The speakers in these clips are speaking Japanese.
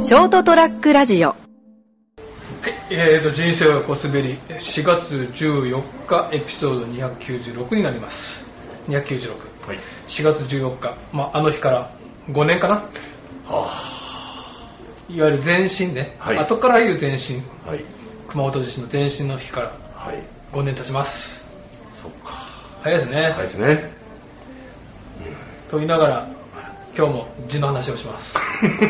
ショートトラックラジオ。 はい、人生は横滑り4月14日エピソード296になります。296、はい、4月14日、あの日から5年かな、いわゆる前進ね、はい、後から言う前進、はい、熊本地震の前進の日から5年経ちます。 そうか、 早いですね。 早いですね、 と言いながら今日も字の話をします。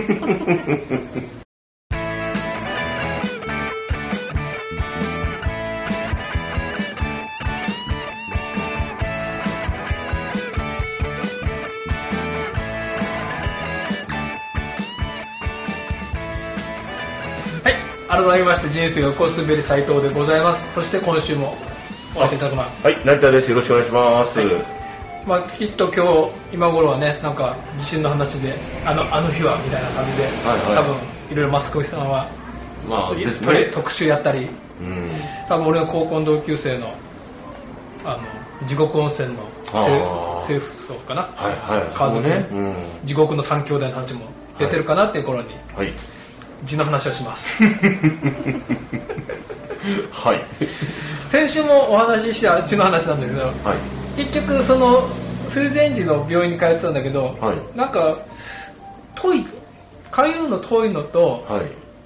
改めまして人生横滑り斉藤でございます。そして今週もお会いいただくはい、成田です。よろしくお願いします。 はい、きっと今日今頃はね、なんか地震の話であの日はみたいな感じで、はいはい、多分いろいろマスコミさんは、ですね、特集やったり、多分俺は高校の同級生の地獄温泉の政府層かな、家族ね、地獄の三兄弟の話も出てるかなっていう頃に、はい、字の話をします。 はい。 先週もお話しした字の話なんだけど、はい、結局その水前寺の病院に通ってたんだけど、はい、なんか通うの遠いのと、はい、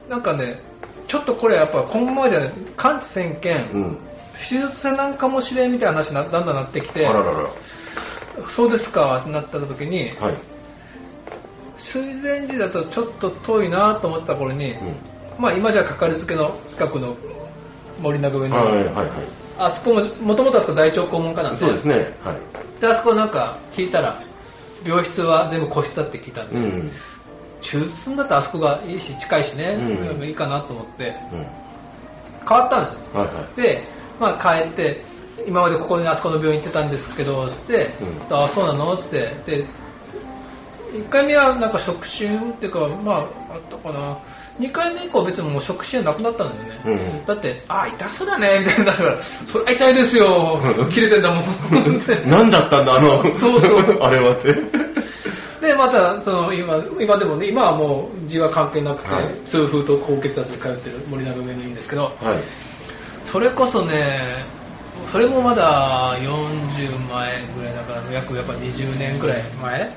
なんかね、ちょっとこれやっぱ今後じゃない、完治せんけん、手術せなんかもしれんみたいな話にだんだんなってきて、そうですかってなった時に、はい、水前寺だとちょっと遠いなと思ってた頃に、今じゃかかりつけの近くの森永上の、あそこもともとあそこ大腸肛門科なんで、 そうですね、はい、 であそこなんか聞いたら病室は全部個室だって聞いたんで、手術するんだったらあそこがいいし近いしね、いいかなと思って変わったんですよ、はいはい、で、帰って今までここにあそこの病院行ってたんですけどって、ああそうなのって、で1回目はなんか触診っていうか、あったかな。2回目以降別にもう触診なくなったんだよね。だって、痛そうだねみたいになるから、それは痛いですよ。切れてんだもん。 何だったんだそうあれはって。 でまた今でもね、今はもう字は関係なくて、痛風と高血圧で通ってる森永上のいいんですけど、それこそね、それもまだ40前ぐらいだから約やっぱ20年ぐらい前。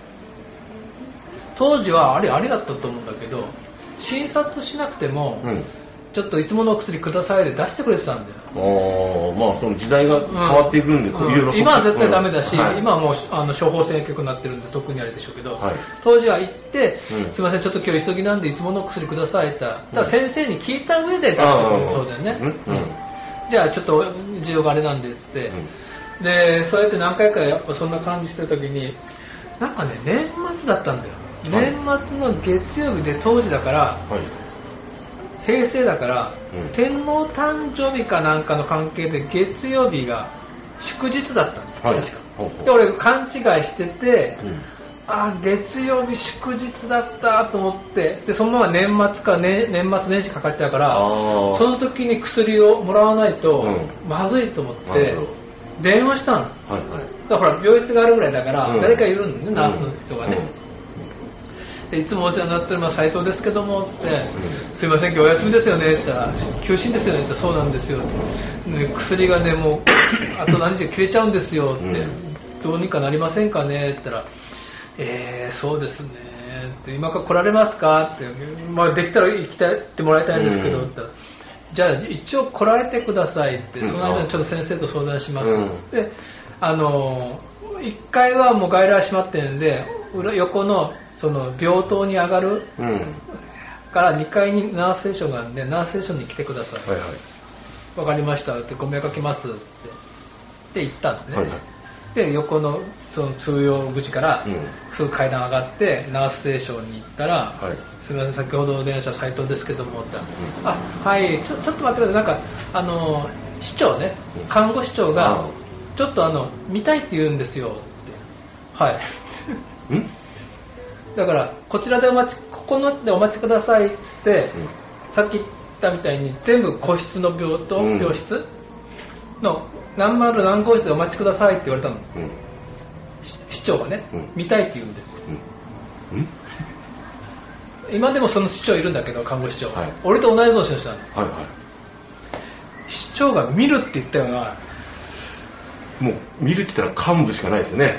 当時はありだったと思うんだけど、診察しなくても、ちょっといつものお薬くださいで出してくれてたんだよ。 その時代が変わっていくんで、 今は絶対ダメだし、今はもう処方箋局になってるんで特にあれでしょうけど、当時は行って、すいませんちょっと今日急ぎなんでいつものお薬くださいって言ったら、先生に聞いた上で出してくれるそうだよね。じゃあちょっと需要があれなんですって、でそうやって何回かやっぱそんな感じしてる時に、なんかね、年末だったんだよ。年末の月曜日で当時だから、平成だから、天皇誕生日かなんかの関係で月曜日が祝日だったんです、確か。で俺勘違いしてて、月曜日祝日だったと思って、でそのまま年末年始かかっちゃうから、その時に薬をもらわないとまずいと思って電話したの。だから病室があるぐらいだから、誰かいるんだね、ナースの人がね。でいつもお世話になってる斉藤ですけどもって、すいません今日お休みですよねって言ったら、休診ですよねって、そうなんですよって、薬がねもうあと何日か切れちゃうんですよって、どうにかなりませんかねって言ったら、そうですねって、今から来られますかって、できたら来てもらいたいんですけどって言ったら、じゃあ一応来られてくださいって、その間にちょっと先生と相談しますって、1階はもう外来閉まってるんで、横のその病棟に上がる、から2階にナースステーションがあるんで、ナースステーションに来てください。わかりましたって、ご迷惑かけますって言ったんですね。で横のその通用口からすぐ階段上がってナースステーションに行ったら、すみません先ほどお電話した斉藤ですけどもって、はいちょっと待ってください、なんか市長ね、看護師長がちょっと見たいって言うんですよって。だからこちらでここのでお待ちくださいって言って、さっき言ったみたいに全部個室の病室の何丸何号室でお待ちくださいって言われたの、市長がね、見たいって言うんです、 今でもその市長いるんだけど、看護師長、はい、俺と同い年の人なの、はいはい、市長が見るって言ったような、 もう見るって言ったら幹部しかないですよね。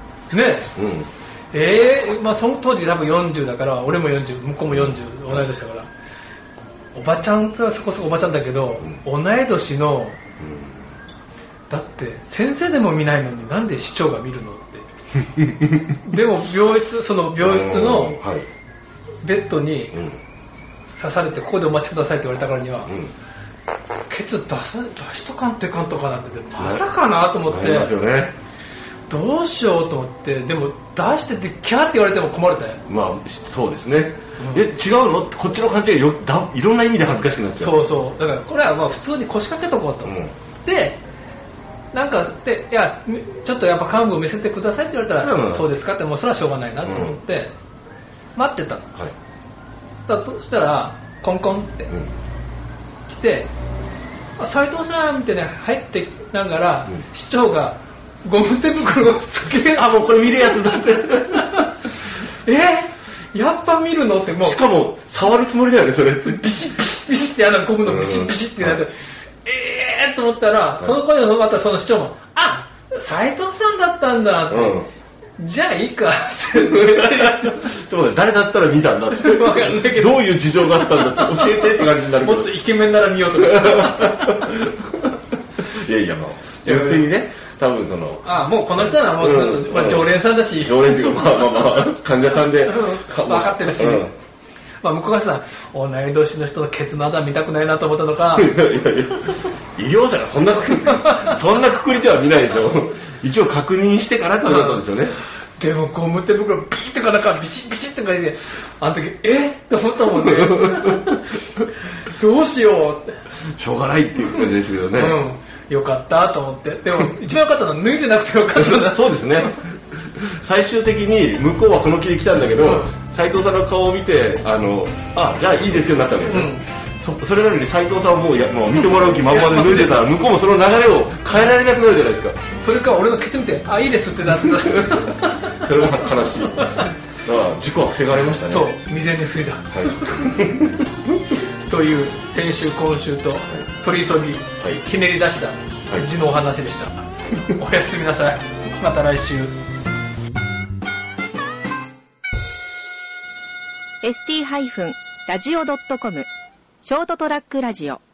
ね、まあ、その当時多分40だから、俺も40、向こうも40、同い年だから、おばちゃんはそこそこおばちゃんだけど、同い年の、だって先生でも見ないのになんで市長が見るのってでもその病室のベッドに刺されて、ここでお待ちくださいって言われたからには、ケツ出しとかんといかんとかなんてまさかなと思って、どうしようと思って、でも出しててキャーって言われても困るたよ。 まあそうですね、違うのってこっちの勘違いいろんな意味で恥ずかしくなっちゃう。 そうだからこれはまあ普通に腰掛けとこうと、でなんかで、いやちょっとやっぱ幹部を見せてくださいって言われたら、そうですかって、もうそれはしょうがないなと思って、待ってたの、そしたらコンコンって来て、斉藤さんみたいな入ってきながら、市長がゴム手袋をつけ、 もうこれ見るやつだってやっぱ見るのって、もうしかも触るつもりだよね、それビシッビシッビシッってゴムのビシッビシッってなって、と思ったら、その子でまたその市長も、斉藤さんだったんだって、じゃあいいかって誰だったら見たんだって分かんないけど、どういう事情があったんだって教えてって感じになるけど、 もっとイケメンなら見ようとかいや純粋にね、多分そのもうこの人はもう、常連さんだし、 常連っていうかまあ患者さんで分かってるし、向こうがさ、同い年の人のケツの穴見たくないなと思ったのか、 医療者がそんなくくりでは見ないでしょ。一応確認してからってことだったんですよね。 でもゴム手袋ビーってかなんかビチッビチッって書いて、あの時って思ったもんねどうしようって、 しょうがないっていう感じですけどね、 よかったと思って。でも一番よかったのは脱いでなくてよかったなそうですね。最終的に向こうはその気で来たんだけど、斉藤さんの顔を見てじゃあいいですよになったわけですよ、それなのに斉藤さんはもう見てもらう気満々で脱いでたら、向こうもその流れを変えられなくなるじゃないですか。 それか俺がケツ見ていいですってなってそれも悲しい。だから事故は防がれましたね。 そう、未然に防いだ、という先週今週と取り急ぎ、ひねり出した字のお話でした、おやすみなさい、また来週。 ST-radio.com ショートトラックラジオ